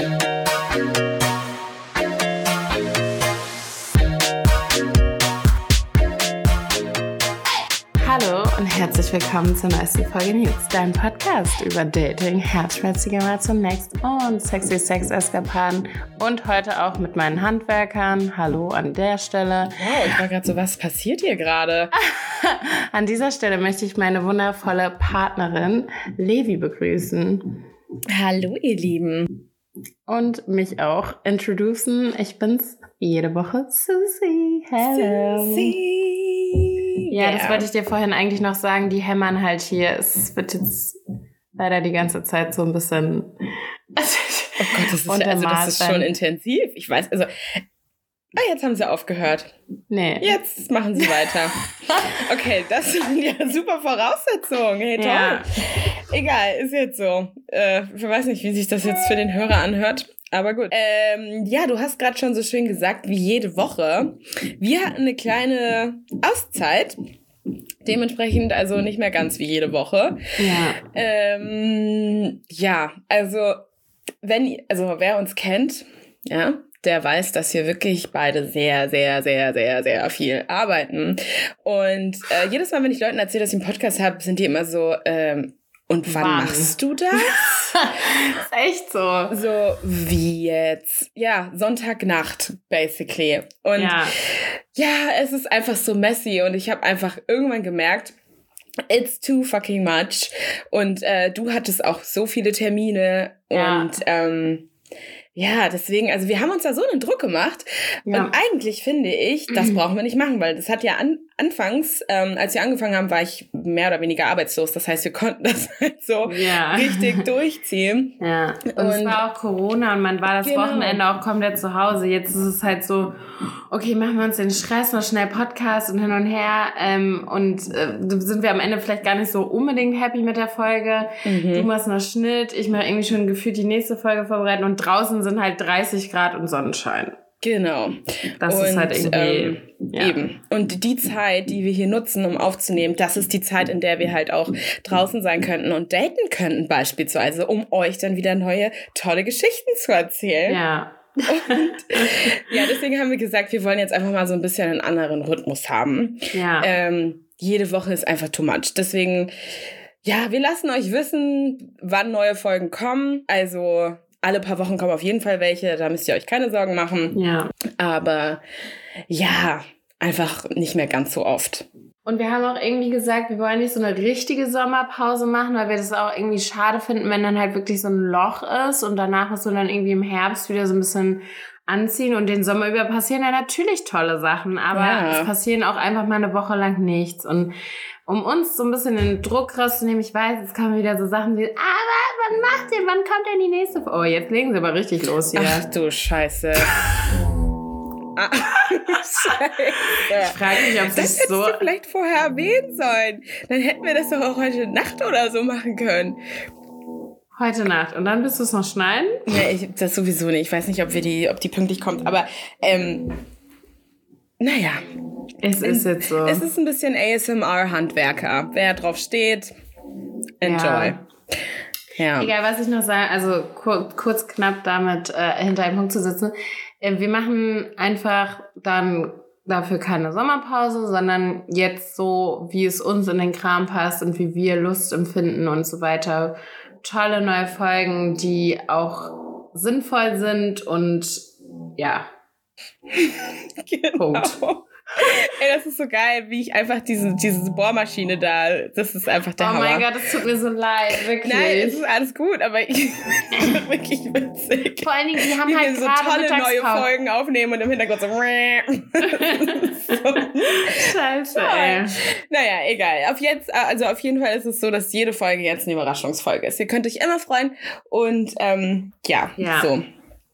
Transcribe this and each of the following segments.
Hallo und herzlich willkommen zur neuesten Folge News, dein Podcast über Dating, herzschmerzige Mal zum Next und sexy Sex-Eskapaden und heute auch mit meinen Handwerkern. Hallo an der Stelle. Wow, ich war gerade so, was passiert hier gerade? An dieser Stelle möchte ich meine wundervolle Partnerin Levi begrüßen. Hallo ihr Lieben. Und mich auch introducen. Ich bin's jede Woche, Susi. Hello. Susi. Ja, das wollte ich dir vorhin eigentlich noch sagen. Die hämmern halt hier. Es wird jetzt leider die ganze Zeit so ein bisschen. Oh Gott, das ist schon intensiv. Ich weiß, also. Jetzt haben sie aufgehört. Nee. Jetzt machen sie weiter. Okay, das sind ja super Voraussetzungen. Hey, toll. Ja. Egal, ist jetzt so. Ich weiß nicht, wie sich das jetzt für den Hörer anhört. Aber gut. Ja, du hast gerade schon so schön gesagt, wie jede Woche. Wir hatten eine kleine Auszeit. Dementsprechend also nicht mehr ganz wie jede Woche. Ja. Ja, also wer uns kennt, ja, der weiß, dass wir wirklich beide sehr, sehr, sehr, sehr, sehr viel arbeiten. Und jedes Mal, wenn ich Leuten erzähle, dass ich einen Podcast habe, sind die immer so, und wann machst du das? Ist echt so. So, wie jetzt? Ja, Sonntagnacht, basically. Und ja, es ist einfach so messy. Und ich habe einfach irgendwann gemerkt, it's too fucking much. Und du hattest auch so viele Termine. Ja. Und ja, deswegen, also wir haben uns da so einen Druck gemacht. Ja. Und eigentlich finde ich, das brauchen wir nicht machen, weil das hat ja anfangs, als wir angefangen haben, war ich mehr oder weniger arbeitslos. Das heißt, wir konnten das halt so richtig durchziehen. Ja, und es war auch Corona und man war das Wochenende auch komplett zu Hause. Jetzt ist es halt so, okay, machen wir uns den Stress, noch schnell Podcast und hin und her. Sind wir am Ende vielleicht gar nicht so unbedingt happy mit der Folge. Du machst noch Schnitt, ich mache irgendwie schon gefühlt die nächste Folge vorbereiten und draußen sind halt 30 Grad und Sonnenschein. Genau. Das ist halt irgendwie... Eben. Und die Zeit, die wir hier nutzen, um aufzunehmen, das ist die Zeit, in der wir halt auch draußen sein könnten und daten könnten beispielsweise, um euch dann wieder neue, tolle Geschichten zu erzählen. Ja. Und ja, deswegen haben wir gesagt, wir wollen jetzt einfach mal so ein bisschen einen anderen Rhythmus haben. Ja. Jede Woche ist einfach too much. Deswegen, ja, wir lassen euch wissen, wann neue Folgen kommen. Also alle paar Wochen kommen auf jeden Fall welche, da müsst ihr euch keine Sorgen machen. Ja. Aber ja, einfach nicht mehr ganz so oft. Und wir haben auch irgendwie gesagt, wir wollen nicht so eine richtige Sommerpause machen, weil wir das auch irgendwie schade finden, wenn dann halt wirklich so ein Loch ist und danach ist so dann irgendwie im Herbst wieder so ein bisschen anziehen und den Sommer über passieren ja natürlich tolle Sachen, aber es passieren auch einfach mal eine Woche lang nichts. Und um uns so ein bisschen den Druck rauszunehmen, ich weiß, jetzt kommen wieder so Sachen wie, wann kommt denn die nächste Folge? Oh, jetzt legen sie aber richtig los hier. Ach du Scheiße. Scheiße. Ich frage mich, ob das hättest du vielleicht vorher erwähnen sollen. Dann hätten wir das doch auch heute Nacht oder so machen können. Heute Nacht. Und dann bist du es noch schneiden? Ja, das sowieso nicht. Ich weiß nicht, ob die pünktlich kommt. Aber, naja. Es ist jetzt so. Es ist ein bisschen ASMR-Handwerker. Wer drauf steht, enjoy. Ja. Egal, was ich noch sage, also kurz knapp damit hinter einem Punkt zu sitzen. Wir machen einfach dann dafür keine Sommerpause, sondern jetzt so, wie es uns in den Kram passt und wie wir Lust empfinden und so weiter. Tolle neue Folgen, die auch sinnvoll sind und ja. Genau. Punkt. Ey, das ist so geil, wie ich einfach diese Bohrmaschine da, das ist einfach der Hammer. Oh mein Gott, das tut mir so leid, wirklich. Nein, es ist alles gut, aber ich wirklich witzig. Vor allen Dingen, die haben halt so gerade tolle Mittagspause. neue Folgen aufnehmen und im Hintergrund so. Scheiße, ey. Naja, egal. Auf jeden Fall ist es so, dass jede Folge jetzt eine Überraschungsfolge ist. Ihr könnt euch immer freuen und ja. So.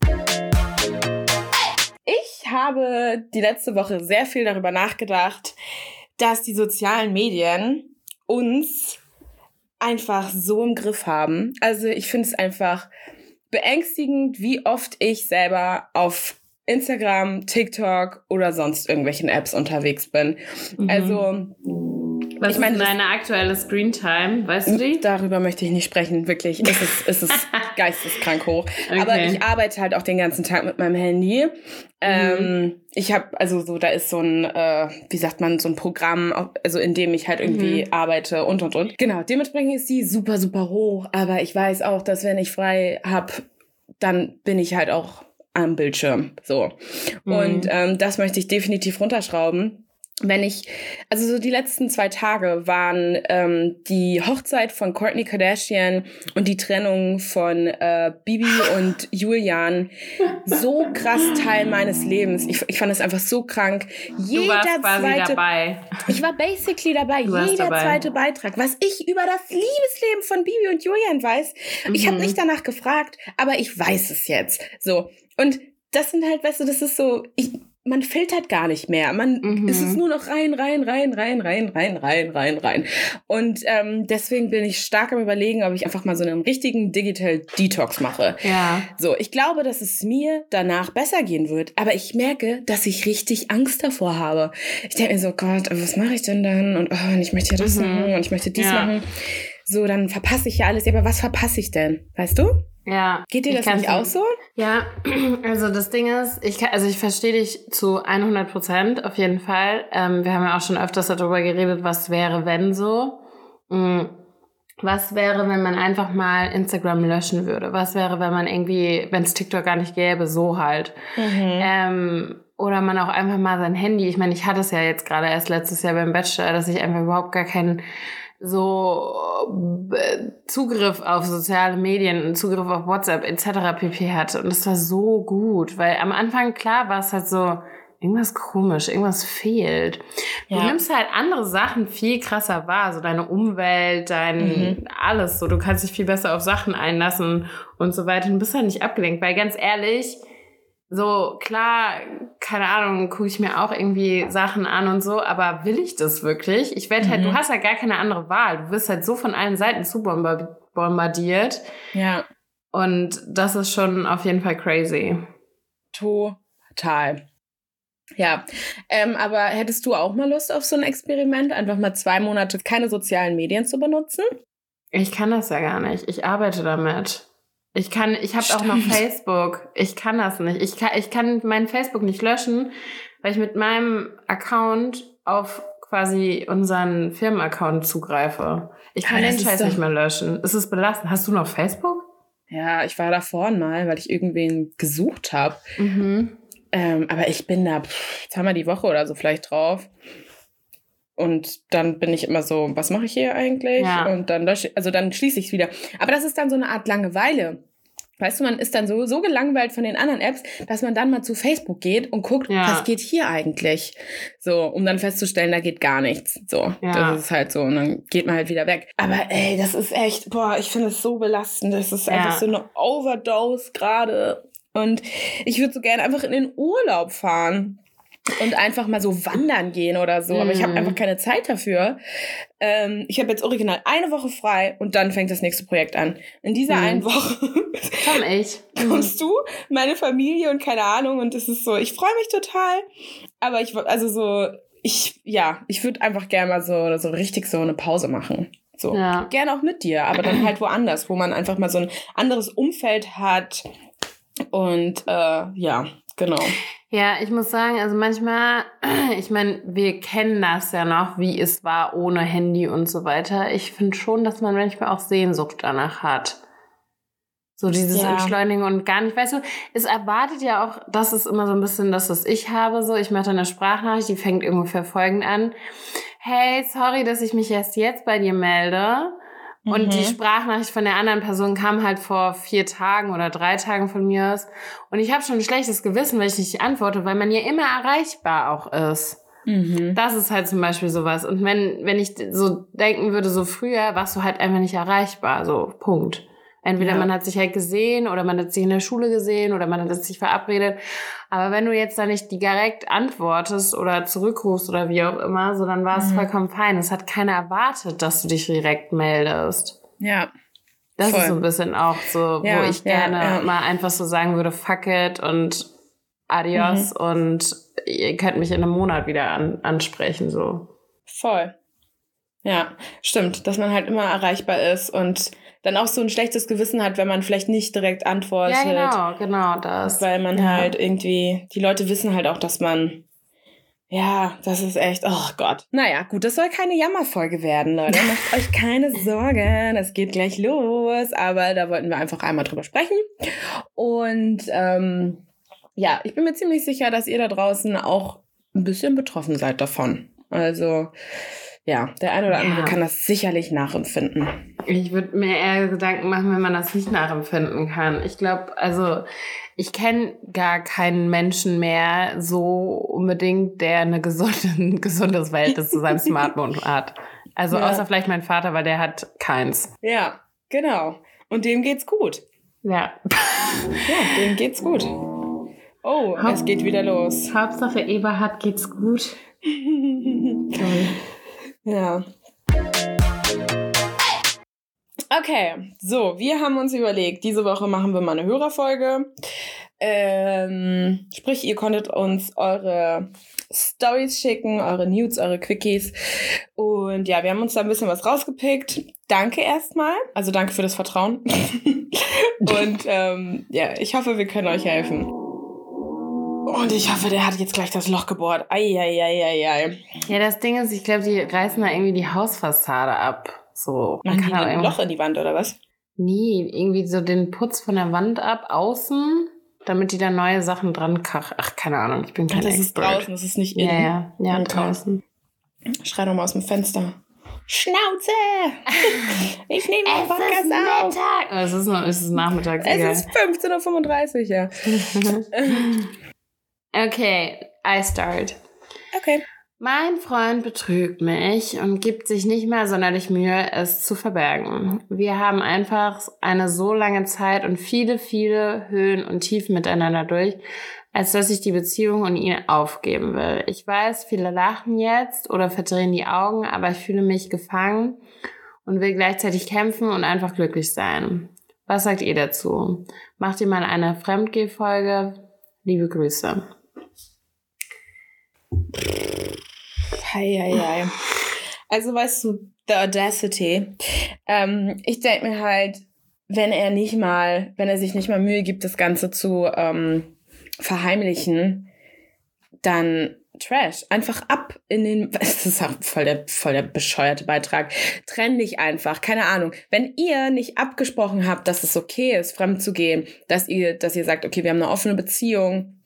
Ich habe die letzte Woche sehr viel darüber nachgedacht, dass die sozialen Medien uns einfach so im Griff haben. Also ich finde es einfach beängstigend, wie oft ich selber auf Instagram, TikTok oder sonst irgendwelchen Apps unterwegs bin. Also Was ist deine aktuelle Screentime? Weißt du die? Darüber möchte ich nicht sprechen, wirklich. Es ist geisteskrank hoch. Okay. Aber ich arbeite halt auch den ganzen Tag mit meinem Handy. Ich habe, also so, da ist so ein, wie sagt man, so ein Programm, also in dem ich halt irgendwie arbeite und. Genau, dementsprechend ist die super, super hoch. Aber ich weiß auch, dass wenn ich frei habe, dann bin ich halt auch am Bildschirm. So. Und das möchte ich definitiv runterschrauben. Also so die letzten 2 Tage waren die Hochzeit von Kourtney Kardashian und die Trennung von Bibi und Julian so krass Teil meines Lebens. Ich fand es einfach so krank. Du warst quasi dabei. Ich war basically dabei. Jeder zweite Beitrag. Was ich über das Liebesleben von Bibi und Julian weiß, ich habe nicht danach gefragt, aber ich weiß es jetzt. So. Und das sind halt, weißt du, das ist so... Man filtert gar nicht mehr. Es ist nur noch rein. Und deswegen bin ich stark am Überlegen, ob ich einfach mal so einen richtigen Digital Detox mache. Ja. So, ich glaube, dass es mir danach besser gehen wird. Aber ich merke, dass ich richtig Angst davor habe. Ich denke mir so, Gott, was mache ich denn dann? Und ich möchte ja das machen und ich möchte dies machen. So, dann verpasse ich ja alles. Aber was verpasse ich denn? Weißt du? Ja. Geht dir das nicht auch so? Ja, also das Ding ist, ich verstehe dich zu 100%, auf jeden Fall. Wir haben ja auch schon öfters darüber geredet, was wäre, wenn so. Was wäre, wenn man einfach mal Instagram löschen würde? Was wäre, wenn man irgendwie, wenn es TikTok gar nicht gäbe, so halt. Oder man auch einfach mal sein Handy, ich meine, ich hatte es ja jetzt gerade erst letztes Jahr beim Bachelor, dass ich einfach überhaupt gar keinen so Zugriff auf soziale Medien, Zugriff auf WhatsApp etc. pp. Hatte. Und das war so gut, weil am Anfang, klar, war es halt so, irgendwas komisch, irgendwas fehlt. Du nimmst halt andere Sachen viel krasser wahr, so deine Umwelt, dein alles so. Du kannst dich viel besser auf Sachen einlassen und so weiter. Du bist halt nicht abgelenkt, weil ganz ehrlich, so, klar, keine Ahnung, gucke ich mir auch irgendwie Sachen an und so, aber will ich das wirklich? Ich werde halt, du hast halt gar keine andere Wahl. Du wirst halt so von allen Seiten zu bombardiert. Ja. Und das ist schon auf jeden Fall crazy. Total. Ja, aber hättest du auch mal Lust auf so ein Experiment, einfach mal 2 Monate keine sozialen Medien zu benutzen? Ich kann das ja gar nicht. Ich arbeite damit. Ich habe auch noch Facebook. Ich kann das nicht. Ich kann mein Facebook nicht löschen, weil ich mit meinem Account auf quasi unseren Firmenaccount zugreife. Ich kann den Scheiß nicht mehr löschen. Es ist belastend. Hast du noch Facebook? Ja, ich war da vorhin mal, weil ich irgendwen gesucht habe. Aber ich bin da zweimal die Woche oder so vielleicht drauf. Und dann bin ich immer so, was mache ich hier eigentlich? Ja. Und dann dann schließe ich es wieder. Aber das ist dann so eine Art Langeweile. Weißt du, man ist dann so gelangweilt von den anderen Apps, dass man dann mal zu Facebook geht und guckt, was geht hier eigentlich? So, um dann festzustellen, da geht gar nichts. So, das ist halt so. Und dann geht man halt wieder weg. Aber ey, das ist echt, ich finde es so belastend. Das ist einfach so eine Overdose gerade. Und ich würde so gerne einfach in den Urlaub fahren. Und einfach mal so wandern gehen oder so. Aber ich habe einfach keine Zeit dafür. Ich habe jetzt original 1 Woche frei und dann fängt das nächste Projekt an. In dieser 1 Woche kommst du, meine Familie und keine Ahnung. Und es ist so, ich freue mich total. Aber ich würde einfach gerne mal so richtig so eine Pause machen. So, gerne auch mit dir, aber dann halt woanders, wo man einfach mal so ein anderes Umfeld hat. Und genau. Ja, ich muss sagen, also manchmal, ich meine, wir kennen das ja noch, wie es war ohne Handy und so weiter. Ich finde schon, dass man manchmal auch Sehnsucht danach hat. So dieses Entschleunigen und gar nicht, weißt du, es erwartet ja auch, das ist immer so ein bisschen das, was ich habe, so. Ich mache dann eine Sprachnachricht, die fängt ungefähr folgend an. Hey, sorry, dass ich mich erst jetzt bei dir melde. Und die Sprachnachricht von der anderen Person kam halt vor 4 Tagen oder 3 Tagen von mir aus. Und ich habe schon ein schlechtes Gewissen, weil ich nicht antworte, weil man ja immer erreichbar auch ist. Das ist halt zum Beispiel sowas. Und wenn ich so denken würde, so früher warst du halt einfach nicht erreichbar. So, Punkt. Entweder man hat sich halt gesehen oder man hat sich in der Schule gesehen oder man hat sich verabredet. Aber wenn du jetzt da nicht direkt antwortest oder zurückrufst oder wie auch immer, so dann war es vollkommen fein. Es hat keiner erwartet, dass du dich direkt meldest. Ja. Das ist so ein bisschen auch so, wo ich gerne mal einfach so sagen würde, fuck it und adios und ihr könnt mich in einem Monat wieder ansprechen, so. Voll. Ja, stimmt, dass man halt immer erreichbar ist und dann auch so ein schlechtes Gewissen hat, wenn man vielleicht nicht direkt antwortet. Ja, genau das. Weil man halt irgendwie, die Leute wissen halt auch, dass man, ja, das ist echt, oh Gott. Naja, gut, das soll keine Jammerfolge werden, Leute. Macht euch keine Sorgen, es geht gleich los. Aber da wollten wir einfach einmal drüber sprechen. Und ja, ich bin mir ziemlich sicher, dass ihr da draußen auch ein bisschen betroffen seid davon. Also, ja, der eine oder andere kann das sicherlich nachempfinden. Ich würde mir eher Gedanken machen, wenn man das nicht nachempfinden kann. Ich glaube, also ich kenne gar keinen Menschen mehr so unbedingt, der ein gesundes Verhältnis zu seinem Smartphone hat. Also außer vielleicht mein Vater, weil der hat keins. Ja, genau. Und dem geht's gut. Ja. Ja, dem geht's gut. Oh, es geht wieder los. Hauptsache Eberhard geht's gut. Ja. Okay, so, wir haben uns überlegt, diese Woche machen wir mal eine Hörerfolge. Sprich, ihr konntet uns eure Stories schicken, eure Nudes, eure Quickies. Und ja, wir haben uns da ein bisschen was rausgepickt. Danke erstmal. Also danke für das Vertrauen. Und ja, ich hoffe, wir können euch helfen. Und ich hoffe, der hat jetzt gleich das Loch gebohrt. Eieieiei. Ja, das Ding ist, ich glaube, die reißen da irgendwie die Hausfassade ab. So. Man kann ein Loch in die Wand, oder was? Nee, irgendwie so den Putz von der Wand ab, außen, damit die da neue Sachen dran kachen. Ach, keine Ahnung, ich bin kein Expert. Das ist draußen, das ist nicht innen. Ja, draußen. Schrei doch mal aus dem Fenster. Schnauze! Ich nehme den Podcast auf. Es ist Nachmittag. Es ist 15:35 Uhr, ja. Okay, I start. Okay. Mein Freund betrügt mich und gibt sich nicht mehr sonderlich Mühe, es zu verbergen. Wir haben einfach eine so lange Zeit und viele, viele Höhen und Tiefen miteinander durch, als dass ich die Beziehung und ihn aufgeben will. Ich weiß, viele lachen jetzt oder verdrehen die Augen, aber ich fühle mich gefangen und will gleichzeitig kämpfen und einfach glücklich sein. Was sagt ihr dazu? Macht ihr mal eine Fremdgeh-Folge? Liebe Grüße. Hei. Also weißt du, the audacity. Ich denke mir halt, wenn er sich nicht mal Mühe gibt, das Ganze zu verheimlichen, dann Trash. Einfach ab in den... Das ist auch voll der bescheuerte Beitrag. Trenn dich einfach. Keine Ahnung. Wenn ihr nicht abgesprochen habt, dass es okay ist, fremd zu gehen, dass ihr sagt, okay, wir haben eine offene Beziehung,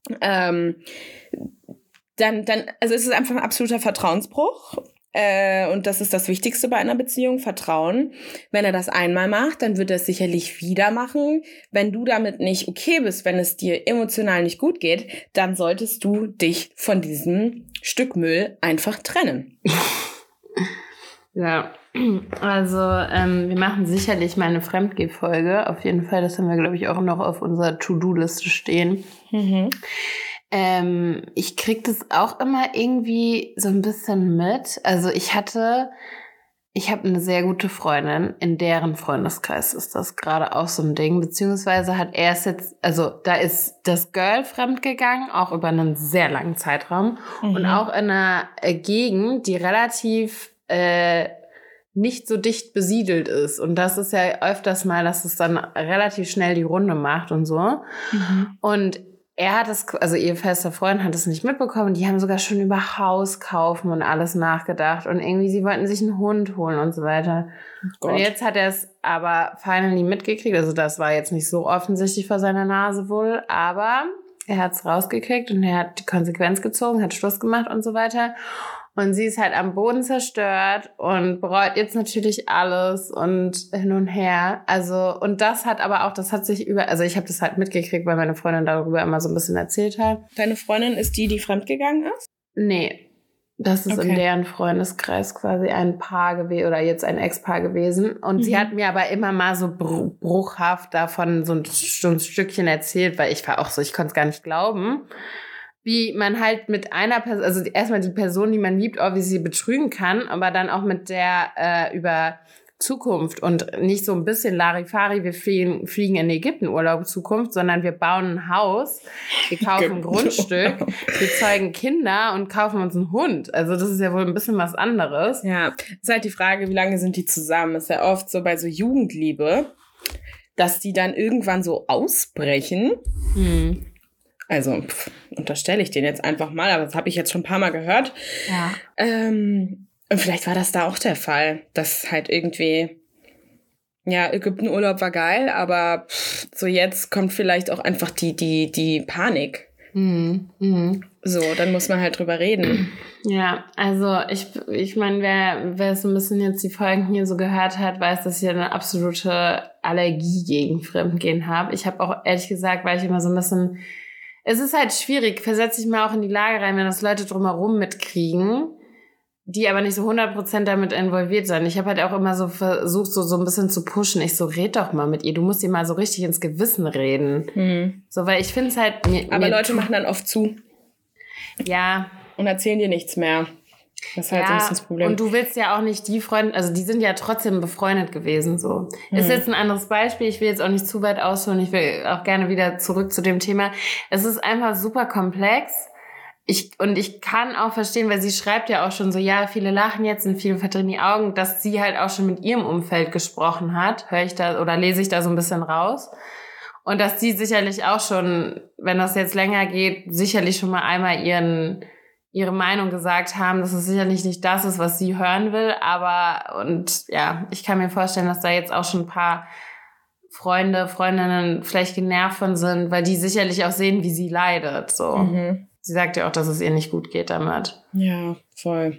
dann, also es ist einfach ein absoluter Vertrauensbruch. Und das ist das Wichtigste bei einer Beziehung, Vertrauen. Wenn er das einmal macht, dann wird er es sicherlich wieder machen. Wenn du damit nicht okay bist, wenn es dir emotional nicht gut geht, dann solltest du dich von diesem Stück Müll einfach trennen. Ja, also wir machen sicherlich mal eine Fremdgeh-Folge. Auf jeden Fall, das haben wir, glaube ich, auch noch auf unserer To-Do-Liste stehen. Mhm. Ich krieg das auch immer irgendwie so ein bisschen mit. Also ich habe eine sehr gute Freundin, in deren Freundeskreis ist das gerade auch so ein Ding, beziehungsweise hat er es jetzt, also da ist das Girl fremdgegangen, auch über einen sehr langen Zeitraum und auch in einer Gegend, die relativ nicht so dicht besiedelt ist. Und das ist ja öfters mal, dass es dann relativ schnell die Runde macht und so. Und er hat es, also ihr fester Freund hat es nicht mitbekommen. Die haben sogar schon über Haus kaufen und alles nachgedacht. Und irgendwie, sie wollten sich einen Hund holen und so weiter. Oh, und jetzt hat er es aber finally mitgekriegt. Also das war jetzt nicht so offensichtlich vor seiner Nase wohl. Aber er hat es rausgekriegt und er hat die Konsequenz gezogen, hat Schluss gemacht und so weiter. Und sie ist halt am Boden zerstört und bereut jetzt natürlich alles und hin und her. Also, und das hat aber auch, das hat sich also ich habe das halt mitgekriegt, weil meine Freundin darüber immer so ein bisschen erzählt hat. Deine Freundin ist die fremdgegangen ist? Nee, das ist in deren Freundeskreis quasi ein Paar gewesen oder jetzt ein Ex-Paar gewesen. Und sie hat mir aber immer mal so bruchhaft davon so ein Stückchen erzählt, weil ich war auch so, ich konnte es gar nicht glauben, wie man halt mit einer Person, also erstmal die Person, die man liebt, obviously betrügen kann, aber dann auch mit der über Zukunft und nicht so ein bisschen Larifari, wir fliegen in Ägypten Urlaub Zukunft, sondern wir bauen ein Haus, wir kaufen ein Grundstück, wir zeugen Kinder und kaufen uns einen Hund. Also das ist ja wohl ein bisschen was anderes. Ja, ist halt die Frage, wie lange sind die zusammen? Ist ja oft so bei so Jugendliebe, dass die dann irgendwann so ausbrechen. Also unterstelle ich den jetzt einfach mal, aber das habe ich jetzt schon ein paar Mal gehört. Ja. Und vielleicht war das da auch der Fall, dass halt irgendwie, ja, Ägyptenurlaub war geil, aber so jetzt kommt vielleicht auch einfach die Panik. So, dann muss man halt drüber reden. Ja, also ich meine, wer so ein bisschen jetzt die Folgen hier so gehört hat, weiß, dass ich eine absolute Allergie gegen Fremdgehen habe. Ich habe auch, ehrlich gesagt, weil ich immer so ein bisschen, es ist halt schwierig, versetze ich mal auch in die Lage rein, wenn das Leute drumherum mitkriegen, die aber nicht so 100% damit involviert sind. Ich habe halt auch immer so versucht, so ein bisschen zu pushen. Ich so, red doch mal mit ihr. Du musst ihr mal so richtig ins Gewissen reden. So, weil ich finde es halt... Aber Leute machen dann oft zu. Ja. Und erzählen dir nichts mehr. Das ist halt so ein bisschen das Problem. Und du willst ja auch nicht die Freunde... Also die sind ja trotzdem befreundet gewesen, so. Ist jetzt ein anderes Beispiel. Ich will jetzt auch nicht zu weit ausholen. Ich will auch gerne wieder zurück zu dem Thema. Es ist einfach super komplex. Ich kann auch verstehen, weil sie schreibt ja auch schon so, ja, viele lachen jetzt und viele verdrehen die Augen, dass sie halt auch schon mit ihrem Umfeld gesprochen hat, höre ich da oder lese ich da so ein bisschen raus. Und dass sie sicherlich auch schon, wenn das jetzt länger geht, sicherlich schon mal einmal ihre Meinung gesagt haben, dass es sicherlich nicht das ist, was sie hören will, aber, und ja, ich kann mir vorstellen, dass da jetzt auch schon ein paar Freundinnen vielleicht genervt von sind, weil die sicherlich auch sehen, wie sie leidet, so. Sie sagt ja auch, dass es ihr nicht gut geht damit. Ja, voll.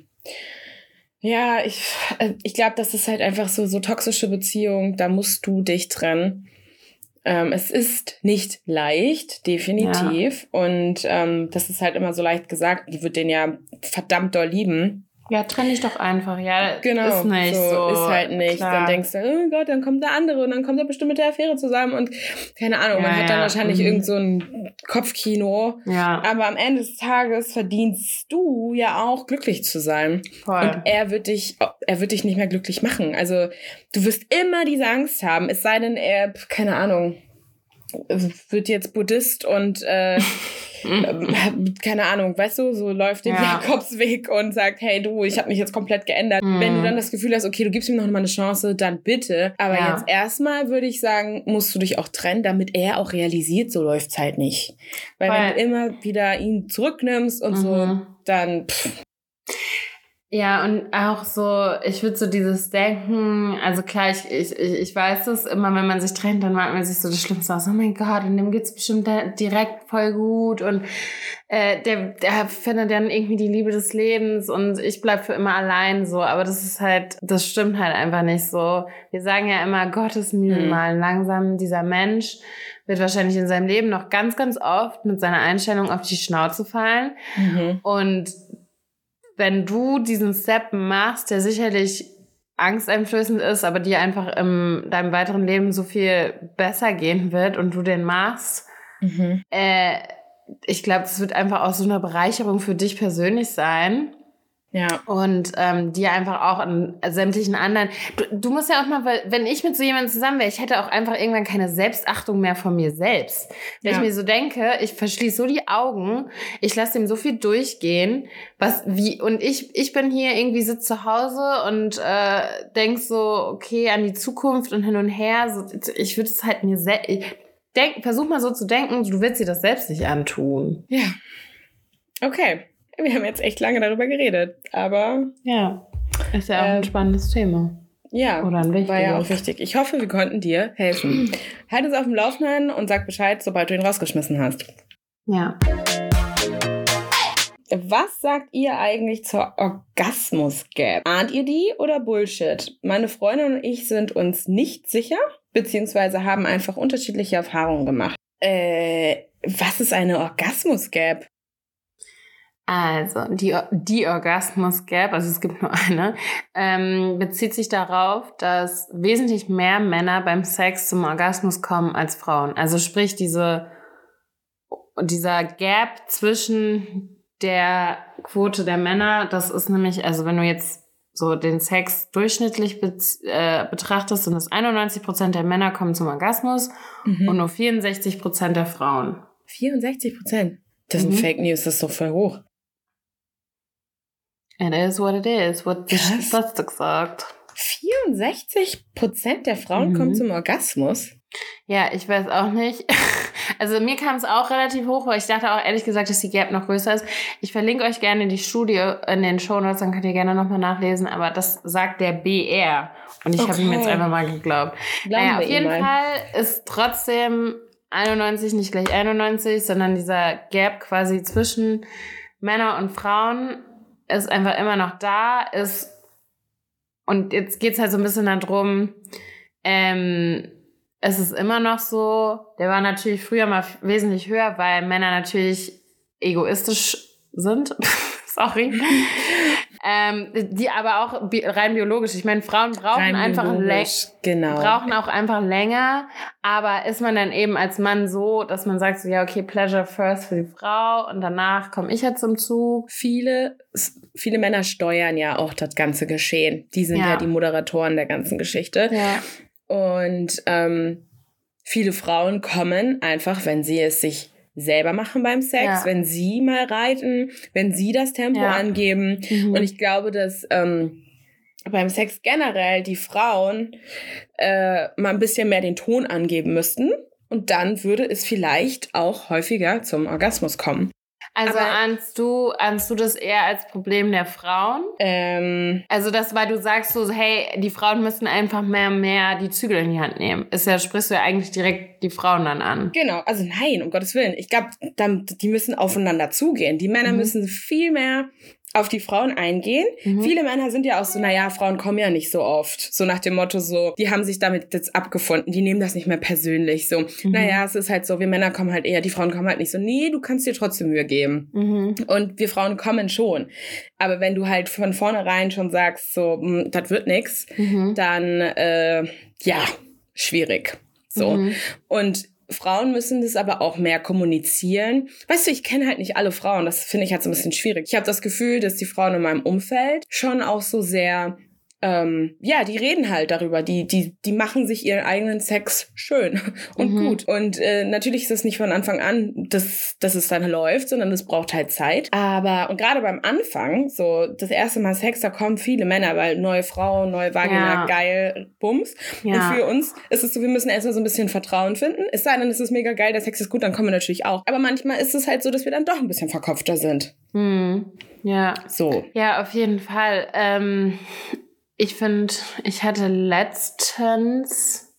Ja, ich glaube, das ist halt einfach so toxische Beziehung, da musst du dich trennen. Es ist nicht leicht, definitiv. Ja. Und das ist halt immer so leicht gesagt, die wird den ja verdammt doll lieben. Ja, trenn dich doch einfach. Ja, genau, ist nicht so. Ist halt nicht. Klar. Dann denkst du, oh Gott, dann kommt der andere und dann kommt er bestimmt mit der Affäre zusammen und keine Ahnung, man hat dann wahrscheinlich irgend so ein Kopfkino. Ja. Aber am Ende des Tages verdienst du ja auch glücklich zu sein. Voll. Und er wird dich nicht mehr glücklich machen. Also du wirst immer diese Angst haben, es sei denn, er, keine Ahnung, wird jetzt Buddhist und keine Ahnung, weißt du, so läuft den Jakobsweg und sagt, hey du, ich habe mich jetzt komplett geändert. Wenn du dann das Gefühl hast, okay, du gibst ihm noch mal eine Chance, dann bitte. Aber jetzt erstmal würde ich sagen, musst du dich auch trennen, damit er auch realisiert, so läuft's halt nicht. Weil wenn du immer wieder ihn zurücknimmst und so, dann Ja, und auch so, ich würde so dieses Denken, also klar, ich weiß es, immer wenn man sich trennt, dann macht man sich so das Schlimmste aus, oh mein Gott, und dem geht's bestimmt direkt voll gut und der findet dann irgendwie die Liebe des Lebens und ich bleib für immer allein so, aber das ist halt, das stimmt halt einfach nicht so. Wir sagen ja immer, Gottes Mühlen malen langsam, dieser Mensch wird wahrscheinlich in seinem Leben noch ganz, ganz oft mit seiner Einstellung auf die Schnauze fallen und wenn du diesen Step machst, der sicherlich angsteinflößend ist, aber dir einfach in deinem weiteren Leben so viel besser gehen wird und du den machst, ich glaube, das wird einfach auch so eine Bereicherung für dich persönlich sein. Ja. Und dir einfach auch an sämtlichen anderen... Du musst ja auch mal, weil wenn ich mit so jemandem zusammen wäre, ich hätte auch einfach irgendwann keine Selbstachtung mehr von mir selbst. Wenn ich mir so denke, ich verschließe so die Augen, ich lasse dem so viel durchgehen, und ich bin hier irgendwie sitze zu Hause und denk so, okay, an die Zukunft und hin und her. So, ich würde es halt mir versuch mal so zu denken, du willst dir das selbst nicht antun. Ja. Okay. Wir haben jetzt echt lange darüber geredet, aber... Ja, ist ja auch ein spannendes Thema. Ja, oder ein wichtiges. War ja auch wichtig. Ich hoffe, wir konnten dir helfen. Halt uns auf dem Laufenden und sag Bescheid, sobald du ihn rausgeschmissen hast. Ja. Was sagt ihr eigentlich zur Orgasmus-Gap? Ahnt ihr die oder Bullshit? Meine Freundin und ich sind uns nicht sicher, beziehungsweise haben einfach unterschiedliche Erfahrungen gemacht. Was ist eine Orgasmus-Gap? Also, die Orgasmus-Gap, also es gibt nur eine, bezieht sich darauf, dass wesentlich mehr Männer beim Sex zum Orgasmus kommen als Frauen. Also sprich, dieser Gap zwischen der Quote der Männer, das ist nämlich, also wenn du jetzt so den Sex durchschnittlich betrachtest, sind es 91% der Männer kommen zum Orgasmus und nur 64% der Frauen. 64%? Das sind Fake News, das ist doch voll hoch. It is what it is, what die Statistik sagt. 64% der Frauen kommen zum Orgasmus? Ja, ich weiß auch nicht. Also mir kam es auch relativ hoch, weil ich dachte auch ehrlich gesagt, dass die Gap noch größer ist. Ich verlinke euch gerne die Studie in den Shownotes, dann könnt ihr gerne nochmal nachlesen. Aber das sagt der BR. Und ich habe ihm jetzt einfach mal geglaubt. Naja, auf jeden Fall ist trotzdem 91 nicht gleich 91, sondern dieser Gap quasi zwischen Männern und Frauen ist einfach immer noch da. Und jetzt geht's halt so ein bisschen darum, es ist immer noch so, der war natürlich früher mal wesentlich höher, weil Männer natürlich egoistisch sind. Sorry. Die aber auch rein biologisch. Ich meine, Frauen brauchen brauchen auch einfach länger. Aber ist man dann eben als Mann so, dass man sagt so, ja, okay, Pleasure first für die Frau und danach komme ich ja zum Zug. Viele Männer steuern ja auch das ganze Geschehen. Die sind ja die Moderatoren der ganzen Geschichte. Ja. Und viele Frauen kommen einfach, wenn sie es sich selber machen beim Sex, wenn sie mal reiten, wenn sie das Tempo angeben. Und ich glaube, dass beim Sex generell die Frauen mal ein bisschen mehr den Ton angeben müssten. Und dann würde es vielleicht auch häufiger zum Orgasmus kommen. Also ahnst du das eher als Problem der Frauen? Also das, weil du sagst so, hey, die Frauen müssen einfach mehr die Zügel in die Hand nehmen. Sprichst du ja eigentlich direkt die Frauen dann an. Genau, also nein, um Gottes Willen. Ich glaube, die müssen aufeinander zugehen. Die Männer müssen viel mehr auf die Frauen eingehen. Viele Männer sind ja auch so, naja, Frauen kommen ja nicht so oft. So nach dem Motto so, die haben sich damit jetzt abgefunden. Die nehmen das nicht mehr persönlich. So, naja, es ist halt so, wir Männer kommen halt eher, die Frauen kommen halt nicht so. Nee, du kannst dir trotzdem Mühe geben. Und wir Frauen kommen schon. Aber wenn du halt von vornherein schon sagst, so, das wird nix, dann, schwierig. So. Und Frauen müssen das aber auch mehr kommunizieren. Weißt du, ich kenne halt nicht alle Frauen. Das finde ich halt so ein bisschen schwierig. Ich habe das Gefühl, dass die Frauen in meinem Umfeld schon auch so sehr, die reden halt darüber. Die machen sich ihren eigenen Sex schön und gut. Und natürlich ist es nicht von Anfang an, dass es dann läuft, sondern es braucht halt Zeit. Und gerade beim Anfang, so das erste Mal Sex, da kommen viele Männer, weil neue Frau, neue Vagina, geil, Bums. Ja. Und für uns ist es so, wir müssen erstmal so ein bisschen Vertrauen finden. Es sei denn, es ist mega geil, der Sex ist gut, dann kommen wir natürlich auch. Aber manchmal ist es halt so, dass wir dann doch ein bisschen verkopfter sind. Ja. So. Ja, auf jeden Fall. Ich finde, ich hatte letztens,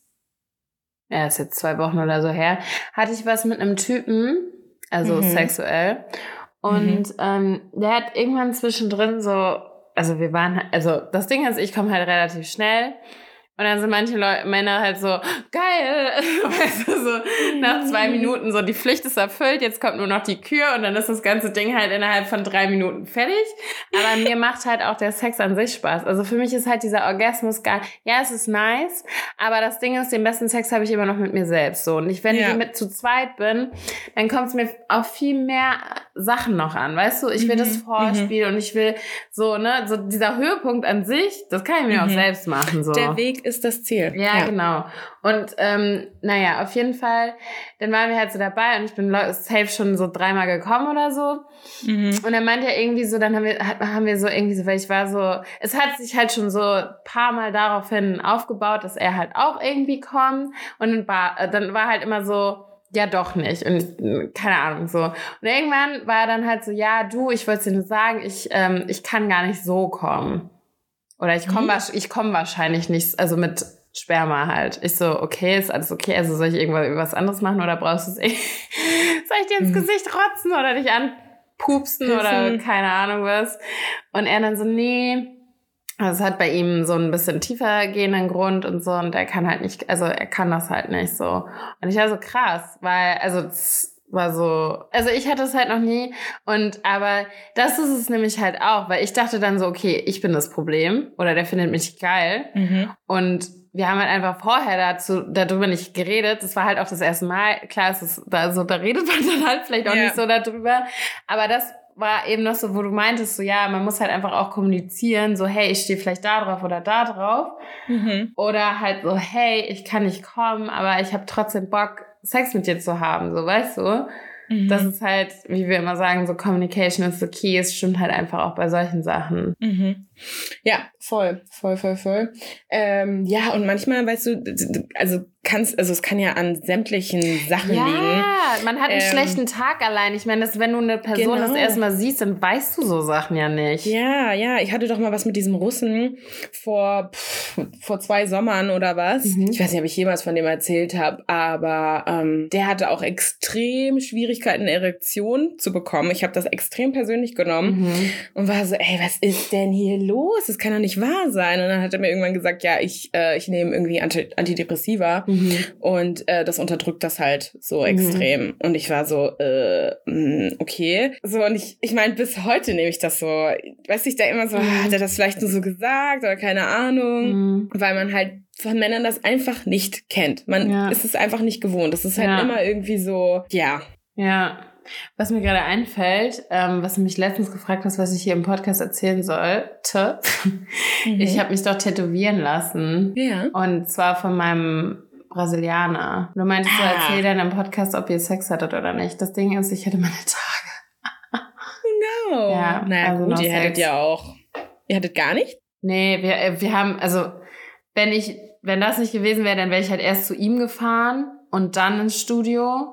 ist jetzt 2 Wochen oder so her, hatte ich was mit einem Typen, also sexuell. Und der hat irgendwann zwischendrin so, das Ding ist, ich komme halt relativ schnell. Und dann sind manche Männer halt so, geil, weißt du, so nach 2 Minuten so, die Pflicht ist erfüllt, jetzt kommt nur noch die Kür und dann ist das ganze Ding halt innerhalb von 3 Minuten fertig. Aber mir macht halt auch der Sex an sich Spaß. Also für mich ist halt dieser Orgasmus es ist nice, aber das Ding ist, den besten Sex habe ich immer noch mit mir selbst, so. Und wenn ich mit zu zweit bin, dann kommt es mir auf viel mehr Sachen noch an, weißt du? Ich will das Vorspiel und ich will so, so dieser Höhepunkt an sich, das kann ich mir auch selbst machen, so. Der Weg ist das Ziel. Ja, genau. Und auf jeden Fall, dann waren wir halt so dabei und ich bin safe schon so 3-mal gekommen oder so. Und dann meinte er irgendwie so, dann haben wir so irgendwie so, weil ich war so, es hat sich halt schon so ein paar Mal daraufhin aufgebaut, dass er halt auch irgendwie kommt. Und dann war halt immer so, ja, doch nicht. Und keine Ahnung, so. Und irgendwann war er dann halt so, ja, du, ich wollte dir nur sagen, ich kann gar nicht so kommen. Oder ich komme wahrscheinlich nicht, also mit Sperma halt. Ich so, okay, ist alles okay? Also soll ich irgendwas anderes machen oder brauchst du es soll ich dir ins Gesicht rotzen oder dich anpupsen oder keine Ahnung was? Und er dann so, nee. Also es hat bei ihm so ein bisschen tiefer gehenden Grund und so und er kann halt nicht, also er kann das halt nicht so. Und ich war so krass, weil, war so, also ich hatte es halt noch nie aber das ist es nämlich halt auch, weil ich dachte dann so, okay, ich bin das Problem oder der findet mich geil und wir haben halt einfach vorher darüber nicht geredet, das war halt auch das erste Mal, klar, da redet man dann halt vielleicht auch nicht so darüber, aber das war eben noch so, wo du meintest, so ja, man muss halt einfach auch kommunizieren, so hey, ich stehe vielleicht da drauf oder da drauf. Oder halt so, hey, ich kann nicht kommen, aber ich habe trotzdem Bock, Sex mit dir zu haben, so, weißt du? Das ist halt, wie wir immer sagen, so Communication is the key. Es stimmt halt einfach auch bei solchen Sachen. Ja, voll. Ja, und manchmal, weißt du, also es kann ja an sämtlichen Sachen liegen. Ja, man hat einen schlechten Tag allein. Ich meine, wenn du eine Person das erste Mal siehst, dann weißt du so Sachen ja nicht. Ja, ich hatte doch mal was mit diesem Russen vor 2 Sommern oder was. Ich weiß nicht, ob ich jemals von dem erzählt habe, aber der hatte auch extrem Schwierigkeiten, eine Erektion zu bekommen. Ich habe das extrem persönlich genommen und war so, ey, was ist denn hier los? Das kann doch nicht wahr sein. Und dann hat er mir irgendwann gesagt, ja, ich nehme irgendwie Antidepressiva und das unterdrückt das halt so extrem. Und ich war so, okay. So, und ich meine, bis heute nehme ich das so, weiß ich da immer so, hat er das vielleicht nur so gesagt oder keine Ahnung, weil man halt von Männern das einfach nicht kennt. Man ist es einfach nicht gewohnt. Das ist halt immer irgendwie so, ja. Ja. Was mir gerade einfällt, was du mich letztens gefragt hast, was ich hier im Podcast erzählen sollte. Ich habe mich doch tätowieren lassen. Ja. Und zwar von meinem Brasilianer. Du meintest, du erzähl dann im Podcast, ob ihr Sex hattet oder nicht. Das Ding ist, ich hatte meine Tage. Oh no. Ja, naja, also gut, ihr hattet ja auch. Ihr hattet gar nicht? Nee, wir haben, also wenn das nicht gewesen wäre, dann wäre ich halt erst zu ihm gefahren und dann ins Studio.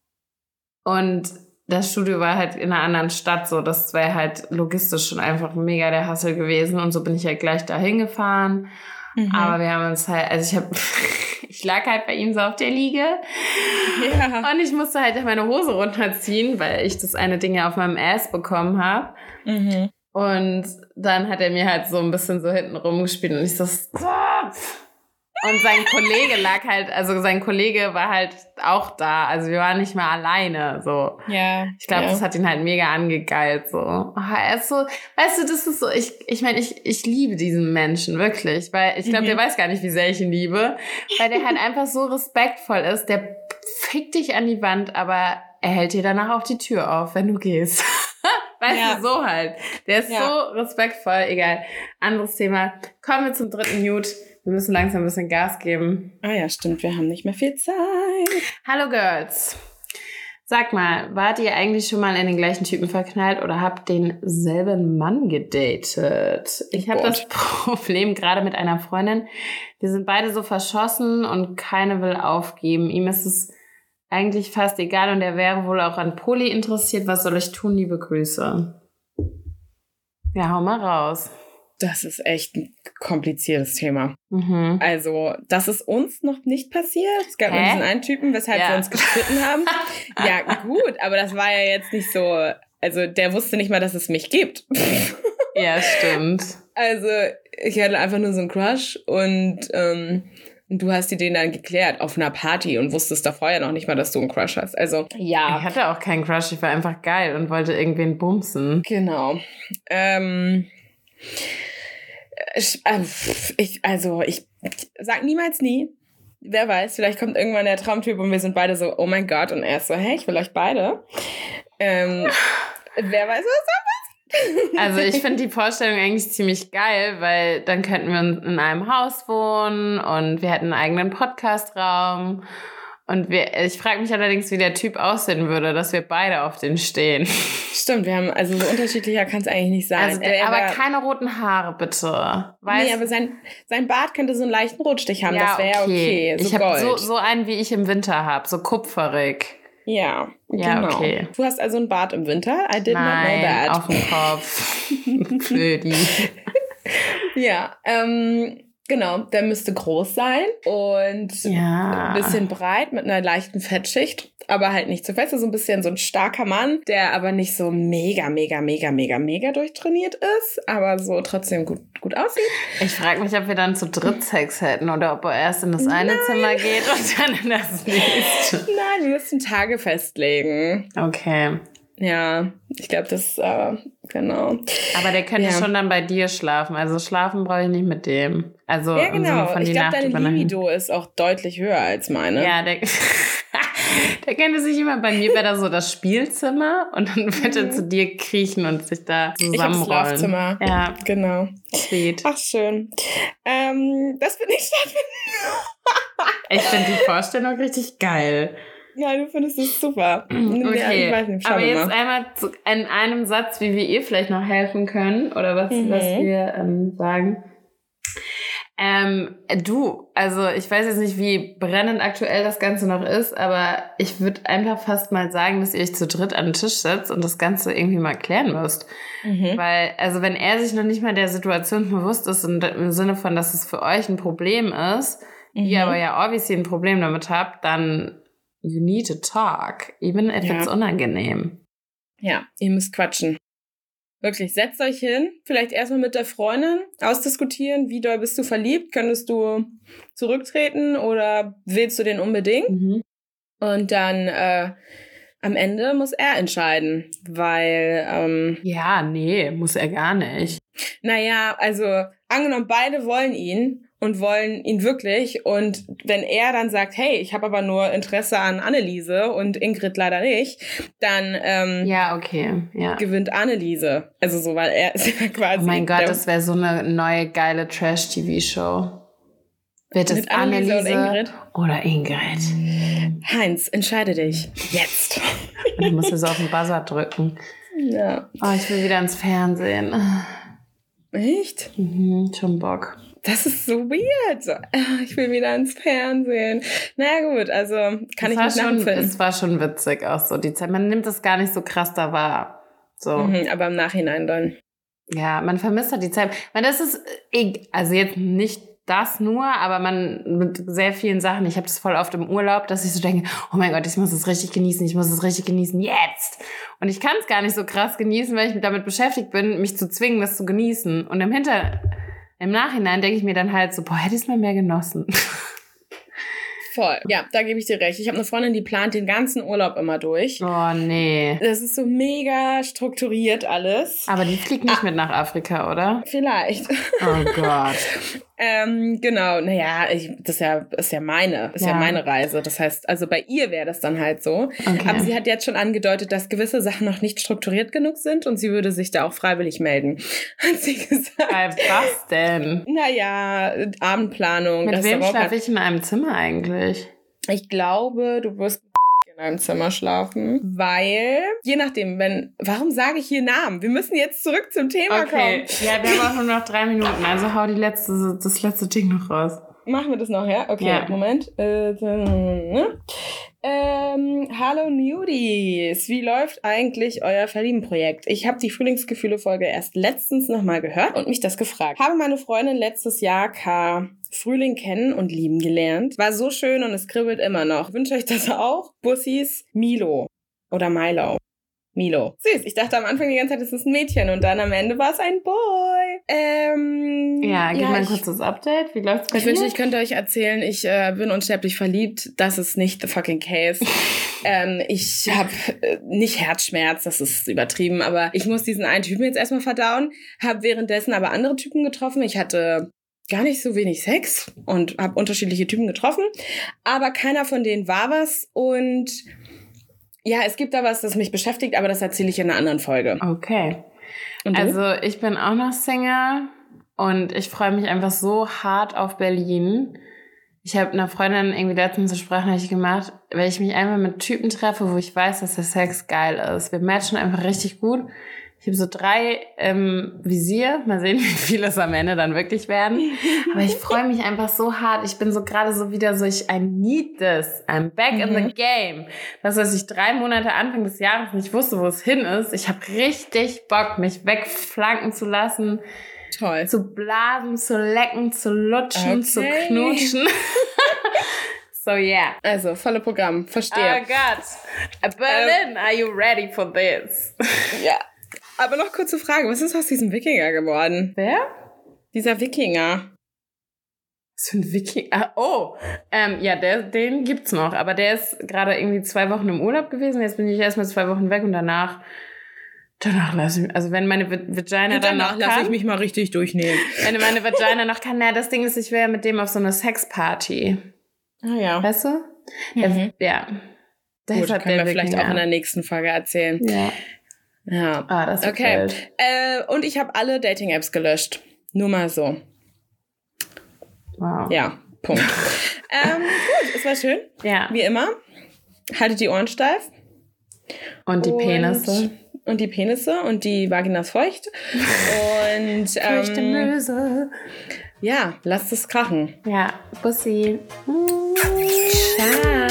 Und das Studio war halt in einer anderen Stadt, so das wäre halt logistisch schon einfach mega der Hassel gewesen. Und so bin ich halt gleich dahin gefahren. Aber wir haben uns halt, also ich lag halt bei ihm so auf der Liege. Ja. Und ich musste halt meine Hose runterziehen, weil ich das eine Ding ja auf meinem Ass bekommen habe. Und dann hat er mir halt so ein bisschen so hinten rumgespielt und ich so, stop! Und sein Kollege sein Kollege war halt auch da. Also wir waren nicht mal alleine, so. Ja. Ich glaube, das hat ihn halt mega angegeilt, so. Er ist so, weißt du, das ist so, ich meine, ich liebe diesen Menschen, wirklich. Weil ich glaube, der weiß gar nicht, wie sehr ich ihn liebe. Weil der halt einfach so respektvoll ist. Der fickt dich an die Wand, aber er hält dir danach auch die Tür auf, wenn du gehst. Weißt du, so halt. Der ist so respektvoll. Egal. Anderes Thema. Kommen wir zum 3. Nude. Wir müssen langsam ein bisschen Gas geben. Ah ja, stimmt. Wir haben nicht mehr viel Zeit. Hallo Girls. Sag mal, wart ihr eigentlich schon mal in den gleichen Typen verknallt oder habt denselben Mann gedatet? Ich habe das Problem gerade mit einer Freundin. Wir sind beide so verschossen und keine will aufgeben. Ihm ist es eigentlich fast egal und er wäre wohl auch an Poly interessiert. Was soll ich tun? Liebe Grüße. Ja, hau mal raus. Das ist echt ein kompliziertes Thema. Also, das ist uns noch nicht passiert. Es gab nur diesen einen Typen, weshalb wir uns gestritten haben. Ja, gut, aber das war ja jetzt nicht so, also der wusste nicht mal, dass es mich gibt. Ja, stimmt. Also, ich hatte einfach nur so einen Crush und du hast dir den dann geklärt auf einer Party und wusstest da vorher noch nicht mal, dass du einen Crush hast. Also, ja. Ich hatte auch keinen Crush, ich war einfach geil und wollte irgendwen bumsen. Genau. Ich sag niemals nie. Wer weiß, vielleicht kommt irgendwann der Traumtyp und wir sind beide so, oh mein Gott. Und er ist so, hey, ich will euch beide. Wer weiß, was da passiert. Also ich finde die Vorstellung eigentlich ziemlich geil, weil dann könnten wir in einem Haus wohnen und wir hätten einen eigenen Podcastraum. Und ich frage mich allerdings, wie der Typ aussehen würde, dass wir beide auf den stehen. Stimmt, wir haben, also so unterschiedlicher kann es eigentlich nicht sein. Also, aber keine roten Haare, bitte. Nee, aber sein Bart könnte so einen leichten Rotstich haben, das wäre ja okay. So ich habe so einen, wie ich im Winter habe, so kupferig. Ja, genau. Okay. Du hast also einen Bart im Winter? I did not know that. Auf dem Kopf. Flödi. Ja, genau, der müsste groß sein und ein bisschen breit mit einer leichten Fettschicht, aber halt nicht zu fest. So ein bisschen so ein starker Mann, der aber nicht so mega durchtrainiert ist, aber so trotzdem gut aussieht. Ich frage mich, ob wir dann zu dritt Sex hätten oder ob er erst in das eine Zimmer geht und dann in das nächste. Nein, wir müssen Tage festlegen. Okay. Ja, ich glaube, das, genau. Aber der könnte schon dann bei dir schlafen. Also schlafen brauche ich nicht mit dem. Also ja, genau. Von ich glaube, deine Libido ist auch deutlich höher als meine. Ja, Der könnte sich immer, bei mir wäre da so das Spielzimmer und dann wird er zu dir kriechen und sich da zusammenrollen. Ich hab das Schlafzimmer. Ja. Genau. Sweet. Ach, schön. Das bin ich stattfinden. Ich finde die Vorstellung richtig geil. Ja, du findest es super. Okay, ja, ich weiß nicht, aber jetzt einmal in einem Satz, wie wir ihr vielleicht noch helfen können oder was wir sagen. Also ich weiß jetzt nicht, wie brennend aktuell das Ganze noch ist, aber ich würde einfach fast mal sagen, dass ihr euch zu dritt an den Tisch setzt und das Ganze irgendwie mal klären müsst. Weil, also wenn er sich noch nicht mal der Situation bewusst ist, im Sinne von, dass es für euch ein Problem ist, ihr aber ja obviously ein Problem damit habt, dann you need to talk, even if it's unangenehm. Ja, ihr müsst quatschen. Wirklich, setzt euch hin, vielleicht erstmal mit der Freundin ausdiskutieren, wie doll bist du verliebt, könntest du zurücktreten oder willst du den unbedingt? Und dann am Ende muss er entscheiden, weil... ja, nee, muss er gar nicht. Naja, also angenommen, beide wollen ihn und wollen ihn wirklich und wenn er dann sagt, hey, ich habe aber nur Interesse an Anneliese und Ingrid leider nicht, dann ja, okay, ja. gewinnt Anneliese. Also so, weil er ist ja quasi... Oh mein Gott, das wäre so eine neue geile Trash-TV-Show. Wird es Anneliese und Ingrid? Oder Ingrid? Heinz, entscheide dich. Jetzt. Und ich muss so auf den Buzzer drücken. Ja. Oh, ich will wieder ins Fernsehen. Echt? Schon Bock. Das ist so weird. Ich will wieder ins Fernsehen. Naja gut, also kann ich nicht nachempfinden. Es war schon witzig auch so die Zeit. Man nimmt das gar nicht so krass da wahr. So. Aber im Nachhinein dann. Ja, man vermisst halt die Zeit. Das ist, also jetzt nicht das nur, aber man mit sehr vielen Sachen. Ich habe das voll oft im Urlaub, dass ich so denke, oh mein Gott, ich muss es richtig genießen jetzt. Und ich kann es gar nicht so krass genießen, weil ich damit beschäftigt bin, mich zu zwingen, das zu genießen. Und im Nachhinein denke ich mir dann halt so, boah, hätte ich es mal mehr genossen. Voll. Ja, da gebe ich dir recht. Ich habe eine Freundin, die plant den ganzen Urlaub immer durch. Oh, nee. Das ist so mega strukturiert alles. Aber die fliegt nicht mit nach Afrika, oder? Vielleicht. Oh Gott. Genau, naja, ist ja meine Reise. Das heißt, also bei ihr wäre das dann halt so. Okay. Aber sie hat jetzt schon angedeutet, dass gewisse Sachen noch nicht strukturiert genug sind und sie würde sich da auch freiwillig melden. Hat sie gesagt. Was denn? Naja, Abendplanung. Mit wem schlafe ich in einem Zimmer eigentlich? Ich glaube, du wirst in einem Zimmer schlafen, weil, je nachdem, warum sage ich hier Namen? Wir müssen jetzt zurück zum Thema kommen. Ja, wir haben auch nur noch 3 Minuten, also hau das letzte Ding noch raus. Machen wir das noch, ja? Okay, ja. Moment. Hallo Nudies, wie läuft eigentlich euer Verlieben-Projekt? Ich habe die Frühlingsgefühle-Folge erst letztens nochmal gehört und mich das gefragt. Habe meine Freundin letztes Jahr Frühling kennen und lieben gelernt. War so schön und es kribbelt immer noch. Wünsche euch das auch? Bussis, Milo oder Milo. Milo. Süß, ich dachte am Anfang die ganze Zeit, es ist ein Mädchen und dann am Ende war es ein Boy. Gib mal ein kurzes Update. Wie läuft's bei dir? Ich wünschte, ich könnte euch erzählen, ich bin unsterblich verliebt. Das ist nicht the fucking case. Ich habe nicht Herzschmerz, das ist übertrieben, aber ich muss diesen einen Typen jetzt erstmal verdauen. Habe währenddessen aber andere Typen getroffen. Ich hatte gar nicht so wenig Sex und habe unterschiedliche Typen getroffen, aber keiner von denen war was und ja, es gibt da was, das mich beschäftigt, aber das erzähle ich in einer anderen Folge. Okay. Und du? Also ich bin auch noch Single und ich freue mich einfach so hart auf Berlin. Ich habe einer Freundin irgendwie letztens eine Sprachnachricht gemacht, weil ich mich einfach mit Typen treffe, wo ich weiß, dass der Sex geil ist. Wir matchen einfach richtig gut. Ich habe so 3 im Visier. Mal sehen, wie viele es am Ende dann wirklich werden. Aber ich freue mich einfach so hart. Ich bin so gerade so wieder so, I need this. I'm back in the game. Das, was ich 3 Monate Anfang des Jahres nicht wusste, wo es hin ist. Ich habe richtig Bock, mich wegflanken zu lassen. Toll. Zu blasen, zu lecken, zu lutschen, zu knutschen. So, yeah. Also, volle Programm. Verstehe. Oh Gott. Berlin, are you ready for this? Ja. Aber noch kurze Frage, was ist aus diesem Wikinger geworden? Wer? Dieser Wikinger. Was für ein Wikinger? Ja, den gibt's noch, aber der ist gerade irgendwie 2 Wochen im Urlaub gewesen, jetzt bin ich erstmal 2 Wochen weg und danach lasse ich, also wenn meine Vagina dann noch kann. Lasse ich mich mal richtig durchnehmen. Wenn meine Vagina noch kann, das Ding ist, ich wäre mit dem auf so eine Sexparty. Ah ja. Weißt du? Ja. Das Gut, hat können der wir vielleicht wirklich, auch in der nächsten Folge erzählen. Ja. Ja. Ah, das ist okay. wild. Und ich habe alle Dating-Apps gelöscht. Nur mal so. Wow. Ja, Punkt. Gut, es war schön. Ja. Wie immer. Haltet die Ohren steif. Und die Penisse. Und die Penisse und die Vaginas feucht. Und Feuchte Möse. ja, lasst es krachen. Ja, Bussi. Ciao.